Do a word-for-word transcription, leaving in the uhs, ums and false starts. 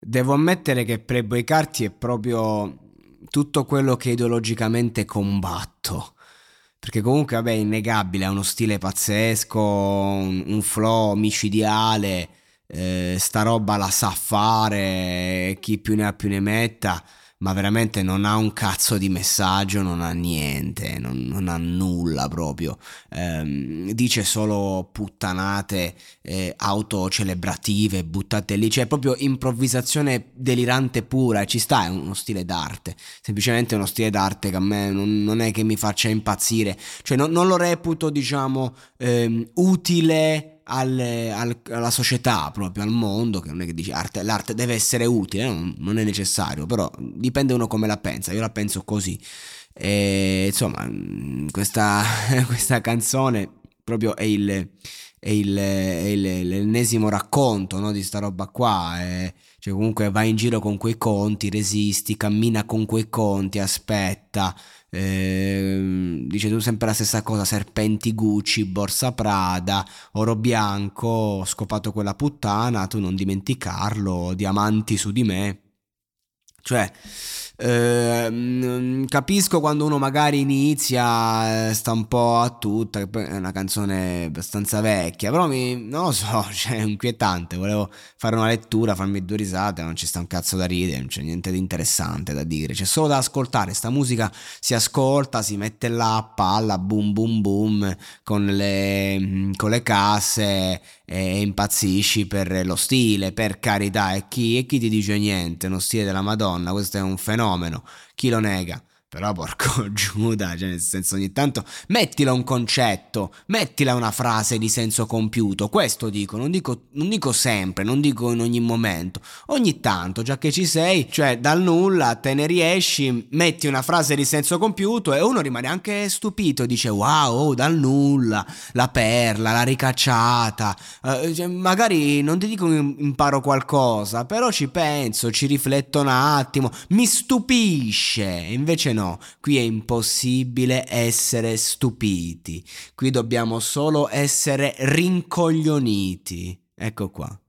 devo ammettere che Playboy Carti è proprio tutto quello che ideologicamente combatto. Perché comunque, vabbè, è innegabile, ha uno stile pazzesco, un, un flow micidiale, eh, sta roba la sa fare, chi più ne ha più ne metta, ma veramente non ha un cazzo di messaggio, non ha niente, non, non ha nulla proprio. Ehm, dice solo puttanate eh, autocelebrative buttate lì, cioè proprio improvvisazione delirante pura, e ci sta, è uno stile d'arte, semplicemente uno stile d'arte che a me non, non è che mi faccia impazzire, cioè non, non lo reputo, diciamo, ehm, utile al- al- alla società, proprio al mondo, che non è che dici arte, l'arte deve essere utile, non, non è necessario, però dipende uno come la pensa, io la penso così. E, insomma, mm, questa, questa canzone proprio è il, è il- è il- l'ennesimo racconto, no, di sta roba qua. è- cioè comunque va in giro con quei conti, resisti, cammina con quei conti, aspetta. ehm, dice tu sempre la stessa cosa: serpenti Gucci, borsa Prada, oro bianco, ho scopato quella puttana, tu non dimenticarlo, diamanti su di me. Cioè, ehm, capisco quando uno magari inizia, eh, sta un po' a tutta, che poi è una canzone abbastanza vecchia, però mi, non lo so, cioè, è inquietante. Volevo fare una lettura, farmi due risate, non ci sta un cazzo da ridere, non c'è niente di interessante da dire, c'è solo da ascoltare. Sta musica si ascolta, si mette là a palla, boom boom boom, con le, con le casse e impazzisci per lo stile, per carità, e chi, e chi ti dice niente, uno stile della Madonna, questo è un fenomeno, chi lo nega? Però porco Giuda, cioè nel senso, ogni tanto mettila un concetto, mettila una frase di senso compiuto, questo dico, non dico, non dico sempre, non dico in ogni momento, ogni tanto, già che ci sei, cioè dal nulla te ne riesci, metti una frase di senso compiuto e uno rimane anche stupito, dice wow, oh, dal nulla, la perla, la ricacciata. Eh, cioè, magari non ti dico che imparo qualcosa, però ci penso, ci rifletto un attimo, mi stupisce. Invece no, qui è impossibile essere stupiti. Qui dobbiamo solo essere rincoglioniti. Ecco qua.